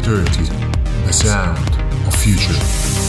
2030, the sound of future.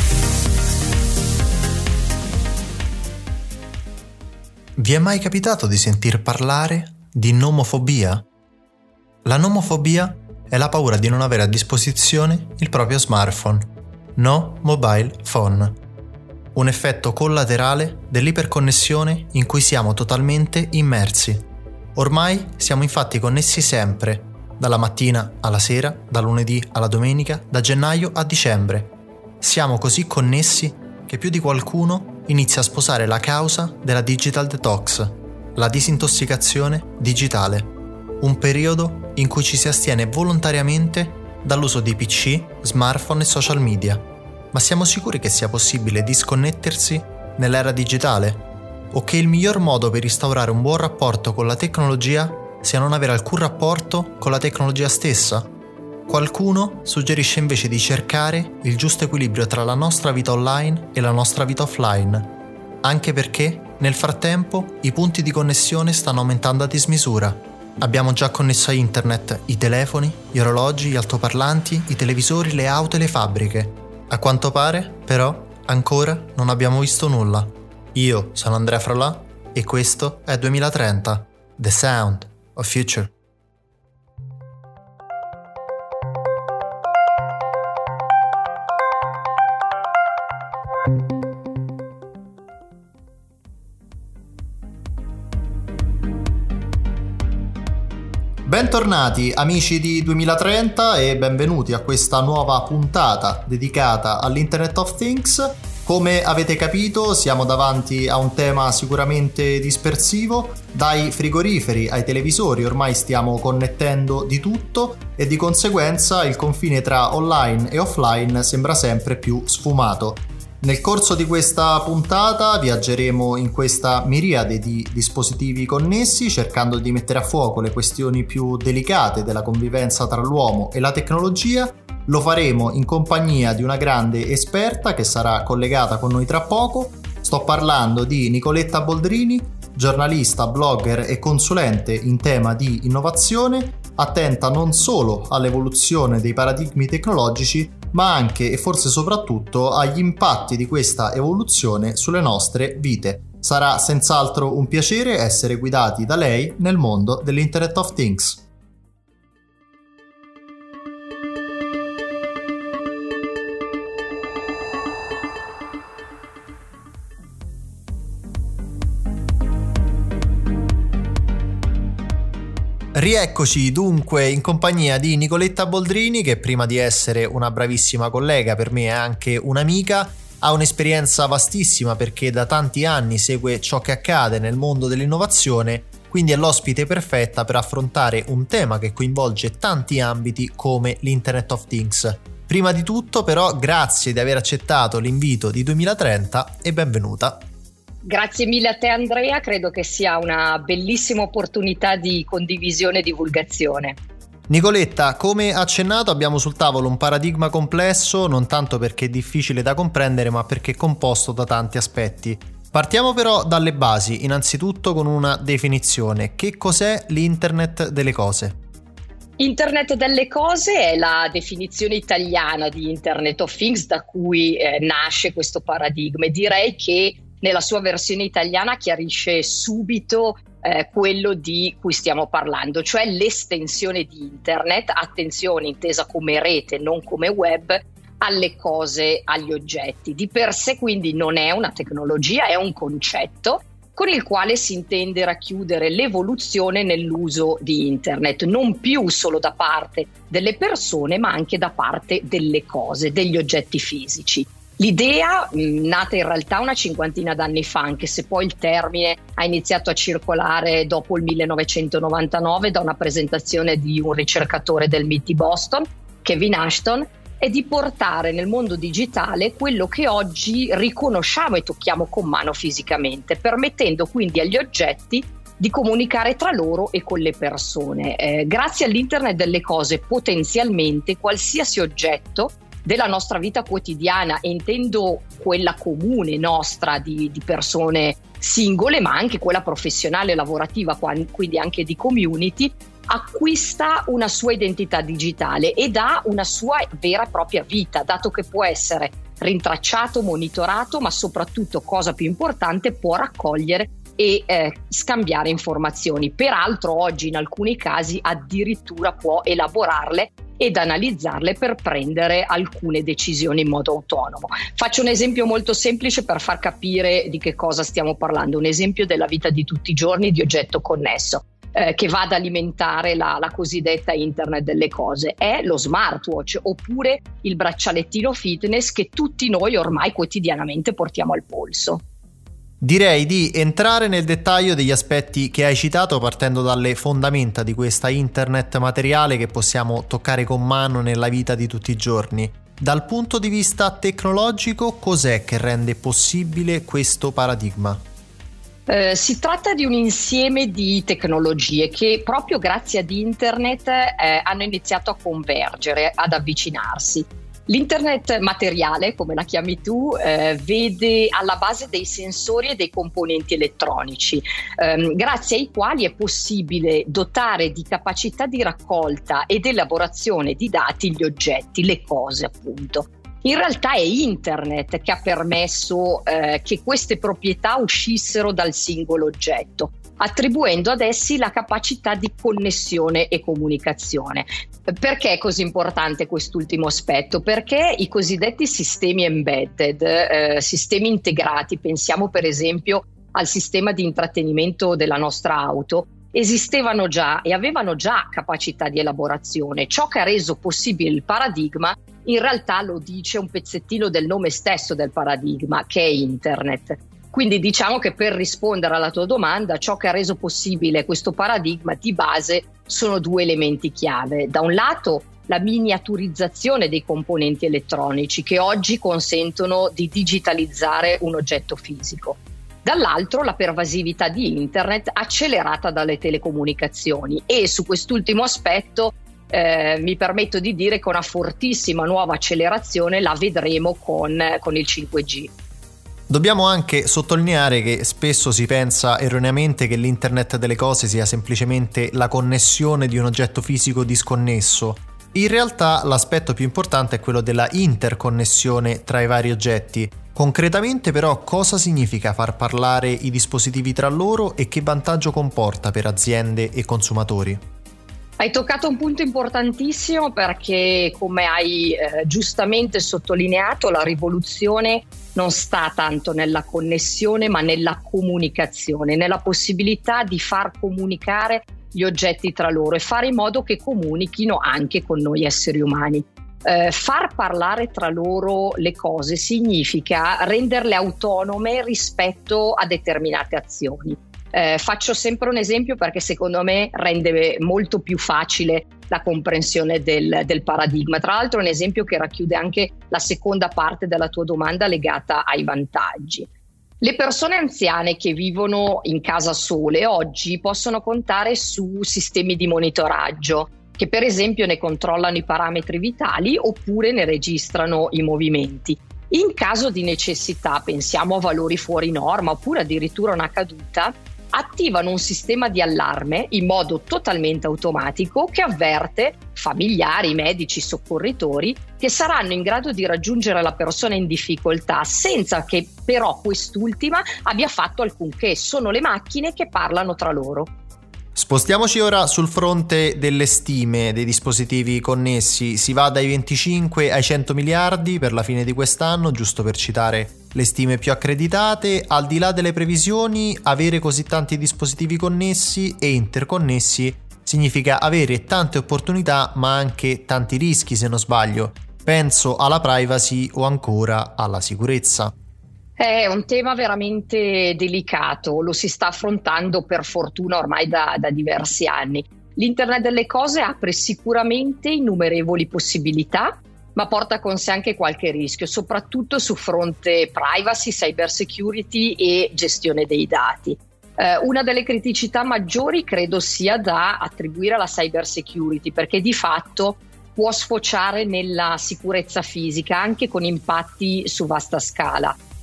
Vi è mai capitato di sentir parlare di nomofobia? La nomofobia è la paura di non avere a disposizione il proprio smartphone. No mobile phone. Un effetto collaterale dell'iperconnessione in cui siamo totalmente immersi. Ormai siamo infatti connessi sempre, dalla mattina alla sera, da lunedì alla domenica, da gennaio a dicembre. Siamo così connessi che più di qualcuno inizia a sposare la causa della digital detox, la disintossicazione digitale. Un periodo in cui ci si astiene volontariamente dall'uso di PC, smartphone e social media. Ma siamo sicuri che sia possibile disconnettersi nell'era digitale? O che il miglior modo per instaurare un buon rapporto con la tecnologia sia non avere alcun rapporto con la tecnologia stessa? Qualcuno suggerisce invece di cercare il giusto equilibrio tra la nostra vita online e la nostra vita offline, anche perché nel frattempo i punti di connessione stanno aumentando a dismisura. Abbiamo già connesso a internet i telefoni, gli orologi, gli altoparlanti, i televisori, le auto e le fabbriche. A quanto pare, però, ancora non abbiamo visto nulla. Io sono Andrea Frolà e questo è 2030, The Sound of Future. Bentornati amici di 2030 e benvenuti a questa nuova puntata dedicata all'Internet of Things. Come avete capito siamo davanti a un tema sicuramente dispersivo, dai frigoriferi ai televisori ormai stiamo connettendo di tutto e di conseguenza il confine tra online e offline sembra sempre più sfumato. Nel corso di questa puntata viaggeremo in questa miriade di dispositivi connessi cercando di mettere a fuoco le questioni più delicate della convivenza tra l'uomo e la tecnologia. Lo faremo in compagnia di una grande esperta che sarà collegata con noi tra poco. Sto parlando di Nicoletta Boldrini, giornalista, blogger e consulente in tema di innovazione, attenta non solo all'evoluzione dei paradigmi tecnologici, ma anche e forse soprattutto agli impatti di questa evoluzione sulle nostre vite. Sarà senz'altro un piacere essere guidati da lei nel mondo dell'Internet of Things. Rieccoci dunque in compagnia di Nicoletta Boldrini, che prima di essere una bravissima collega per me è anche un'amica, ha un'esperienza vastissima perché da tanti anni segue ciò che accade nel mondo dell'innovazione, quindi è l'ospite perfetta per affrontare un tema che coinvolge tanti ambiti come l'Internet of Things. Prima di tutto però grazie di aver accettato l'invito di 2030 e benvenuta. Grazie mille a te Andrea, credo che sia una bellissima opportunità di condivisione e divulgazione. Nicoletta, come accennato abbiamo sul tavolo un paradigma complesso, non tanto perché è difficile da comprendere ma perché è composto da tanti aspetti. Partiamo però dalle basi, innanzitutto con una definizione. Che cos'è l'Internet delle cose? Internet delle cose è la definizione italiana di Internet of Things da cui nasce questo paradigma e direi che nella sua versione italiana chiarisce subito quello di cui stiamo parlando, cioè l'estensione di internet, attenzione intesa come rete, non come web, alle cose, agli oggetti. Di per sé quindi non è una tecnologia, è un concetto con il quale si intende racchiudere l'evoluzione nell'uso di internet, non più solo da parte delle persone ma anche da parte delle cose, degli oggetti fisici. L'idea, nata in realtà una cinquantina d'anni fa, anche se poi il termine ha iniziato a circolare dopo il 1999 da una presentazione di un ricercatore del MIT di Boston, Kevin Ashton, è di portare nel mondo digitale quello che oggi riconosciamo e tocchiamo con mano fisicamente, permettendo quindi agli oggetti di comunicare tra loro e con le persone. Grazie all'Internet delle cose, potenzialmente qualsiasi oggetto della nostra vita quotidiana, e intendo quella comune nostra di persone singole, ma anche quella professionale, lavorativa, quindi anche di community, acquista una sua identità digitale ed ha una sua vera e propria vita, dato che può essere rintracciato, monitorato, ma soprattutto, cosa più importante, può raccogliere e scambiare informazioni. Peraltro oggi in alcuni casi addirittura può elaborarle ed analizzarle per prendere alcune decisioni in modo autonomo. Faccio un esempio molto semplice per far capire di che cosa stiamo parlando, un esempio della vita di tutti i giorni di oggetto connesso che va ad alimentare la cosiddetta internet delle cose. È lo smartwatch oppure il braccialettino fitness che tutti noi ormai quotidianamente portiamo al polso. Direi di entrare nel dettaglio degli aspetti che hai citato, partendo dalle fondamenta di questa internet materiale che possiamo toccare con mano nella vita di tutti i giorni. Dal punto di vista tecnologico, cos'è che rende possibile questo paradigma? Si tratta di un insieme di tecnologie che proprio grazie ad internet hanno iniziato a convergere, ad avvicinarsi. L'internet materiale, come la chiami tu, vede alla base dei sensori e dei componenti elettronici, grazie ai quali è possibile dotare di capacità di raccolta ed elaborazione di dati gli oggetti, le cose appunto. In realtà è internet che ha permesso che queste proprietà uscissero dal singolo oggetto, attribuendo ad essi la capacità di connessione e comunicazione. Perché è così importante quest'ultimo aspetto? Perché i cosiddetti sistemi embedded, sistemi integrati, pensiamo per esempio al sistema di intrattenimento della nostra auto, esistevano già e avevano già capacità di elaborazione. Ciò che ha reso possibile il paradigma in realtà lo dice un pezzettino del nome stesso del paradigma, che è internet. Quindi diciamo che per rispondere alla tua domanda, ciò che ha reso possibile questo paradigma di base sono due elementi chiave. Da un lato la miniaturizzazione dei componenti elettronici che oggi consentono di digitalizzare un oggetto fisico. Dall'altro la pervasività di internet accelerata dalle telecomunicazioni, e su quest'ultimo aspetto mi permetto di dire che una fortissima nuova accelerazione la vedremo con il 5G. Dobbiamo anche sottolineare che spesso si pensa erroneamente che l'internet delle cose sia semplicemente la connessione di un oggetto fisico disconnesso. In realtà l'aspetto più importante è quello della interconnessione tra i vari oggetti. Concretamente però cosa significa far parlare i dispositivi tra loro e che vantaggio comporta per aziende e consumatori? Hai toccato un punto importantissimo perché, come hai giustamente sottolineato, la rivoluzione non sta tanto nella connessione ma nella comunicazione, nella possibilità di far comunicare gli oggetti tra loro e fare in modo che comunichino anche con noi esseri umani. Far parlare tra loro le cose significa renderle autonome rispetto a determinate azioni. Faccio sempre un esempio perché secondo me rende molto più facile la comprensione del paradigma. Tra l'altro è un esempio che racchiude anche la seconda parte della tua domanda legata ai vantaggi. Le persone anziane che vivono in casa sole oggi possono contare su sistemi di monitoraggio che per esempio ne controllano i parametri vitali oppure ne registrano i movimenti. In caso di necessità, pensiamo a valori fuori norma oppure addirittura una caduta, attivano un sistema di allarme in modo totalmente automatico che avverte familiari, medici, soccorritori che saranno in grado di raggiungere la persona in difficoltà senza che però quest'ultima abbia fatto alcunché. Sono le macchine che parlano tra loro. Spostiamoci ora sul fronte delle stime dei dispositivi connessi. Si va dai 25 ai 100 miliardi per la fine di quest'anno, giusto per citare le stime più accreditate. Al di là delle previsioni, avere così tanti dispositivi connessi e interconnessi significa avere tante opportunità ma anche tanti rischi, se non sbaglio. Penso alla privacy o ancora alla sicurezza. È un tema veramente delicato, lo si sta affrontando per fortuna ormai da diversi anni. L'Internet delle cose apre sicuramente innumerevoli possibilità, ma porta con sé anche qualche rischio, soprattutto su fronte privacy, cyber security e gestione dei dati. Una delle criticità maggiori credo sia da attribuire alla cyber security, perché di fatto può sfociare nella sicurezza fisica anche con impatti su vasta scala.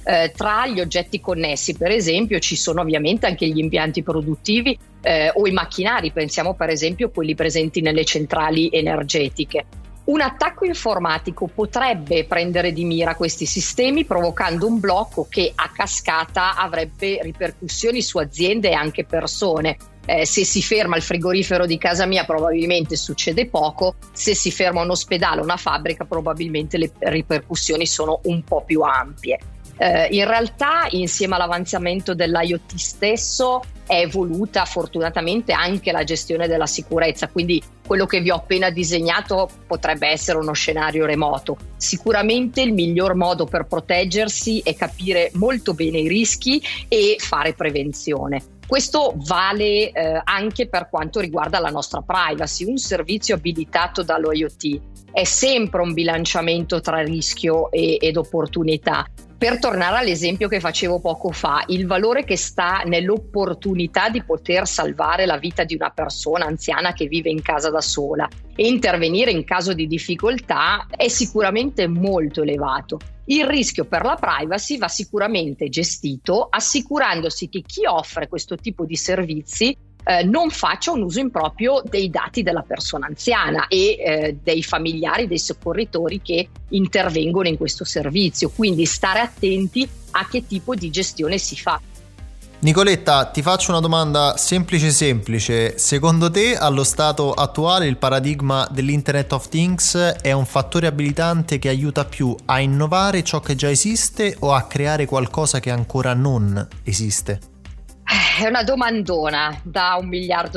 Tra gli oggetti connessi, per esempio, ci sono ovviamente anche gli impianti produttivi o i macchinari, pensiamo per esempio a quelli presenti nelle centrali energetiche. Un attacco informatico potrebbe prendere di mira questi sistemi, provocando un blocco che a cascata avrebbe ripercussioni su aziende e anche persone. Se si ferma il frigorifero di casa mia probabilmente succede poco, se si ferma un ospedale o una fabbrica probabilmente le ripercussioni sono un po' più ampie. In realtà, insieme all'avanzamento dell'IoT stesso, è evoluta fortunatamente anche la gestione della sicurezza, quindi quello che vi ho appena disegnato potrebbe essere uno scenario remoto. Sicuramente il miglior modo per proteggersi è capire molto bene i rischi e fare prevenzione. Questo vale anche per quanto riguarda la nostra privacy. Un servizio abilitato dallo IoT è sempre un bilanciamento tra rischio ed opportunità. Per tornare all'esempio che facevo poco fa, il valore che sta nell'opportunità di poter salvare la vita di una persona anziana che vive in casa da sola e intervenire in caso di difficoltà è sicuramente molto elevato. Il rischio per la privacy va sicuramente gestito, assicurandosi che chi offre questo tipo di servizi non faccia un uso improprio dei dati della persona anziana e dei familiari, dei soccorritori che intervengono in questo servizio. Quindi stare attenti a che tipo di gestione si fa. Nicoletta, ti faccio una domanda semplice. Secondo te, allo stato attuale, il paradigma dell'Internet of Things è un fattore abilitante che aiuta più a innovare ciò che già esiste o a creare qualcosa che ancora non esiste? È una domandona da $1 miliardo.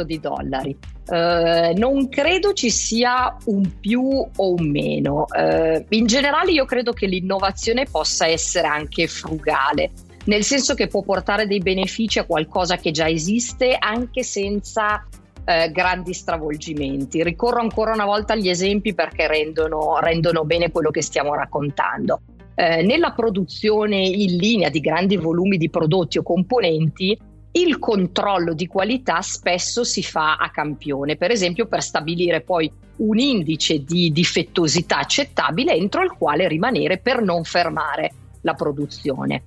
Non credo ci sia un più o un meno. In generale io credo che l'innovazione possa essere anche frugale, nel senso che può portare dei benefici a qualcosa che già esiste anche senza grandi stravolgimenti. Ricorro ancora una volta agli esempi perché rendono bene quello che stiamo raccontando. Nella produzione in linea di grandi volumi di prodotti o componenti, il controllo di qualità spesso si fa a campione, per esempio per stabilire poi un indice di difettosità accettabile entro il quale rimanere per non fermare la produzione.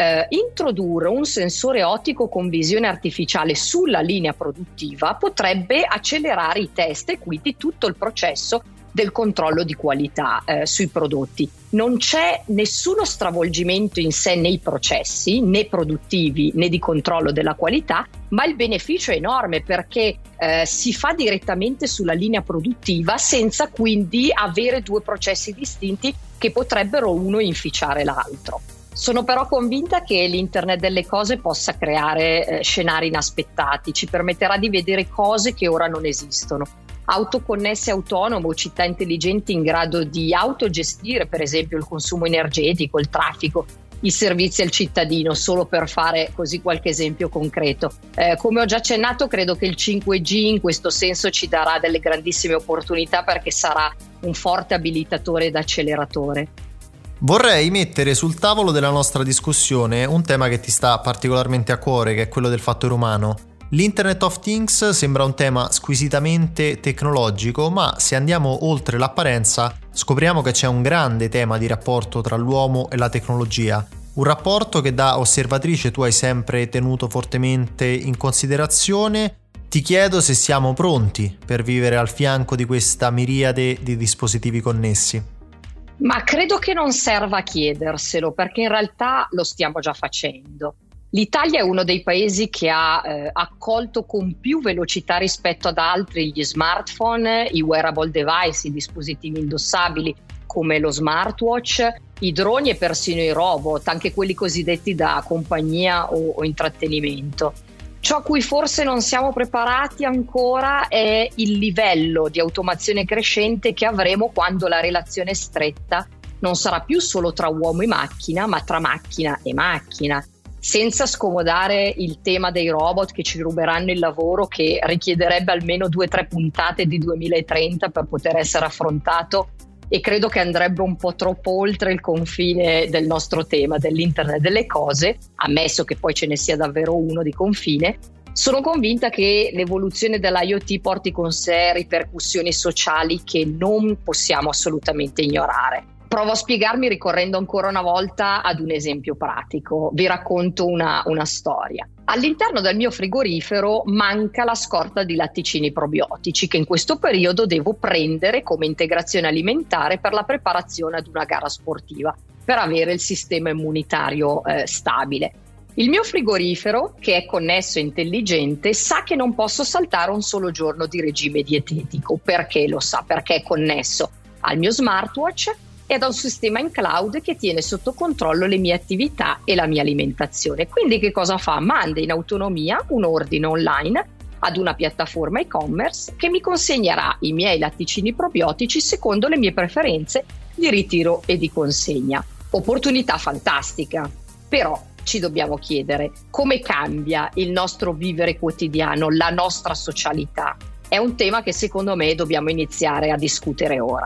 Introdurre un sensore ottico con visione artificiale sulla linea produttiva potrebbe accelerare i test e quindi tutto il processo del controllo di qualità sui prodotti. Non c'è nessuno stravolgimento in sé nei processi, né produttivi né di controllo della qualità, ma il beneficio è enorme perché si fa direttamente sulla linea produttiva senza quindi avere due processi distinti che potrebbero uno inficiare l'altro. Sono però convinta che l'Internet delle cose possa creare scenari inaspettati, ci permetterà di vedere cose che ora non esistono. Auto connesse autonome o città intelligenti in grado di autogestire per esempio il consumo energetico, il traffico, i servizi al cittadino, solo per fare così qualche esempio concreto. Come ho già accennato, credo che il 5G in questo senso ci darà delle grandissime opportunità perché sarà un forte abilitatore ed acceleratore. Vorrei mettere sul tavolo della nostra discussione un tema che ti sta particolarmente a cuore, che è quello del fattore umano. L'Internet of Things sembra un tema squisitamente tecnologico, ma se andiamo oltre l'apparenza scopriamo che c'è un grande tema di rapporto tra l'uomo e la tecnologia, un rapporto che da osservatrice tu hai sempre tenuto fortemente in considerazione. Ti chiedo se siamo pronti per vivere al fianco di questa miriade di dispositivi connessi. Ma credo che non serva chiederselo, perché in realtà lo stiamo già facendo. L'Italia è uno dei paesi che ha accolto con più velocità rispetto ad altri gli smartphone, i wearable device, i dispositivi indossabili come lo smartwatch, i droni e persino i robot, anche quelli cosiddetti da compagnia o intrattenimento. Ciò a cui forse non siamo preparati ancora è il livello di automazione crescente che avremo quando la relazione stretta non sarà più solo tra uomo e macchina, ma tra macchina e macchina. Senza scomodare il tema dei robot che ci ruberanno il lavoro, che richiederebbe almeno 2-3 puntate di 2030 per poter essere affrontato, e credo che andrebbe un po' troppo oltre il confine del nostro tema dell'Internet delle cose, ammesso che poi ce ne sia davvero uno di confine. Sono convinta che l'evoluzione dell'IoT porti con sé ripercussioni sociali che non possiamo assolutamente ignorare. Provo a spiegarmi ricorrendo ancora una volta ad un esempio pratico. Vi racconto una storia. All'interno del mio frigorifero manca la scorta di latticini probiotici che in questo periodo devo prendere come integrazione alimentare per la preparazione ad una gara sportiva, per avere il sistema immunitario stabile. Il mio frigorifero, che è connesso e intelligente, sa che non posso saltare un solo giorno di regime dietetico. Perché lo sa? Perché è connesso al mio smartwatch e ad un sistema in cloud che tiene sotto controllo le mie attività e la mia alimentazione. Quindi che cosa fa? Manda in autonomia un ordine online ad una piattaforma e-commerce che mi consegnerà i miei latticini probiotici secondo le mie preferenze di ritiro e di consegna. Opportunità fantastica, però ci dobbiamo chiedere come cambia il nostro vivere quotidiano, la nostra socialità. È un tema che secondo me dobbiamo iniziare a discutere ora.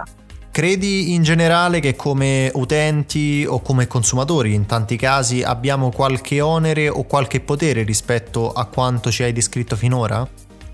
Credi in generale che come utenti o come consumatori in tanti casi abbiamo qualche onere o qualche potere rispetto a quanto ci hai descritto finora?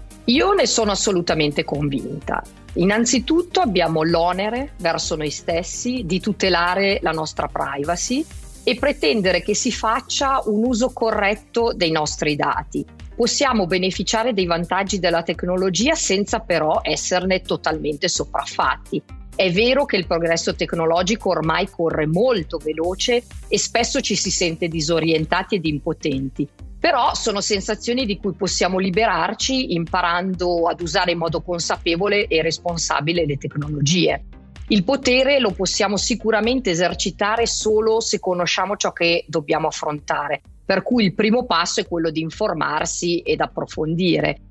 Io ne sono assolutamente convinta. Innanzitutto abbiamo l'onere verso noi stessi di tutelare la nostra privacy e pretendere che si faccia un uso corretto dei nostri dati. Possiamo beneficiare dei vantaggi della tecnologia senza però esserne totalmente sopraffatti. È vero che il progresso tecnologico ormai corre molto veloce e spesso ci si sente disorientati ed impotenti, però sono sensazioni di cui possiamo liberarci imparando ad usare in modo consapevole e responsabile le tecnologie. Il potere lo possiamo sicuramente esercitare solo se conosciamo ciò che dobbiamo affrontare, per cui il primo passo è quello di informarsi ed approfondire.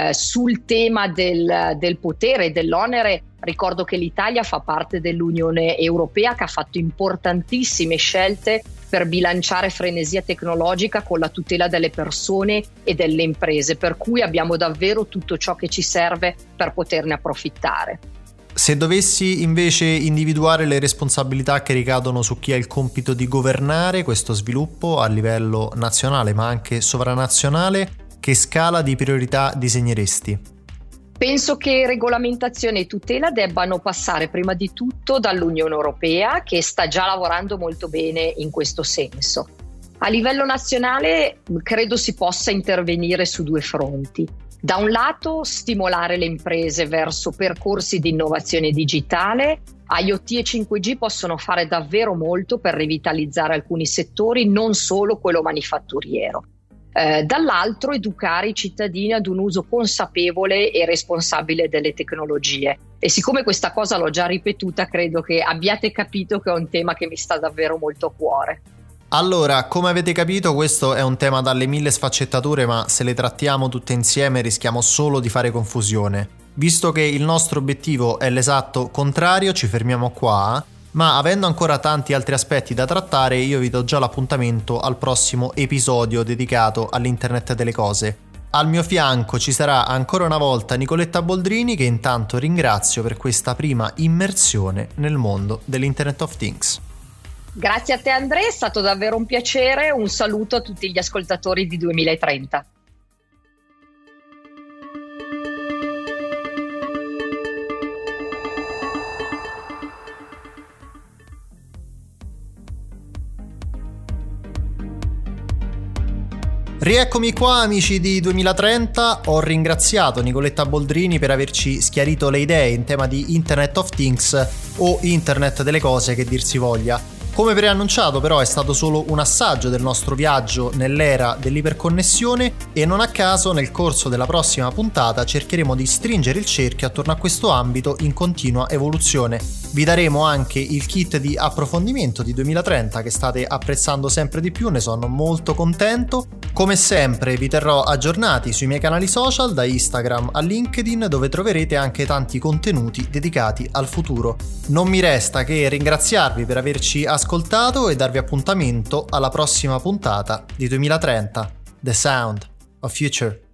Sul tema del potere e dell'onere, ricordo che l'Italia fa parte dell'Unione Europea che ha fatto importantissime scelte per bilanciare frenesia tecnologica con la tutela delle persone e delle imprese, per cui abbiamo davvero tutto ciò che ci serve per poterne approfittare. Se dovessi invece individuare le responsabilità che ricadono su chi ha il compito di governare questo sviluppo a livello nazionale ma anche sovranazionale, che scala di priorità disegneresti? Penso che regolamentazione e tutela debbano passare prima di tutto dall'Unione Europea, che sta già lavorando molto bene in questo senso. A livello nazionale credo si possa intervenire su due fronti. Da un lato stimolare le imprese verso percorsi di innovazione digitale. IoT e 5G possono fare davvero molto per rivitalizzare alcuni settori, non solo quello manifatturiero. Dall'altro educare i cittadini ad un uso consapevole e responsabile delle tecnologie. E siccome questa cosa l'ho già ripetuta, credo che abbiate capito che è un tema che mi sta davvero molto a cuore. Allora, come avete capito, questo è un tema dalle 1000 sfaccettature, ma se le trattiamo tutte insieme rischiamo solo di fare confusione. Visto che il nostro obiettivo è l'esatto contrario, ci fermiamo qua. Ma avendo ancora tanti altri aspetti da trattare, io vi do già l'appuntamento al prossimo episodio dedicato all'Internet delle cose. Al mio fianco ci sarà ancora una volta Nicoletta Boldrini, che intanto ringrazio per questa prima immersione nel mondo dell'Internet of Things. Grazie a te Andrea, è stato davvero un piacere, un saluto a tutti gli ascoltatori di 2030. Rieccomi qua amici di 2030, ho ringraziato Nicoletta Boldrini per averci schiarito le idee in tema di Internet of Things o Internet delle cose che dir si voglia. Come preannunciato però è stato solo un assaggio del nostro viaggio nell'era dell'iperconnessione e non a caso nel corso della prossima puntata cercheremo di stringere il cerchio attorno a questo ambito in continua evoluzione. Vi daremo anche il kit di approfondimento di 2030 che state apprezzando sempre di più, ne sono molto contento. Come sempre vi terrò aggiornati sui miei canali social, da Instagram a LinkedIn, dove troverete anche tanti contenuti dedicati al futuro. Non mi resta che ringraziarvi per averci ascoltato e darvi appuntamento alla prossima puntata di 2030, The Sound of Future.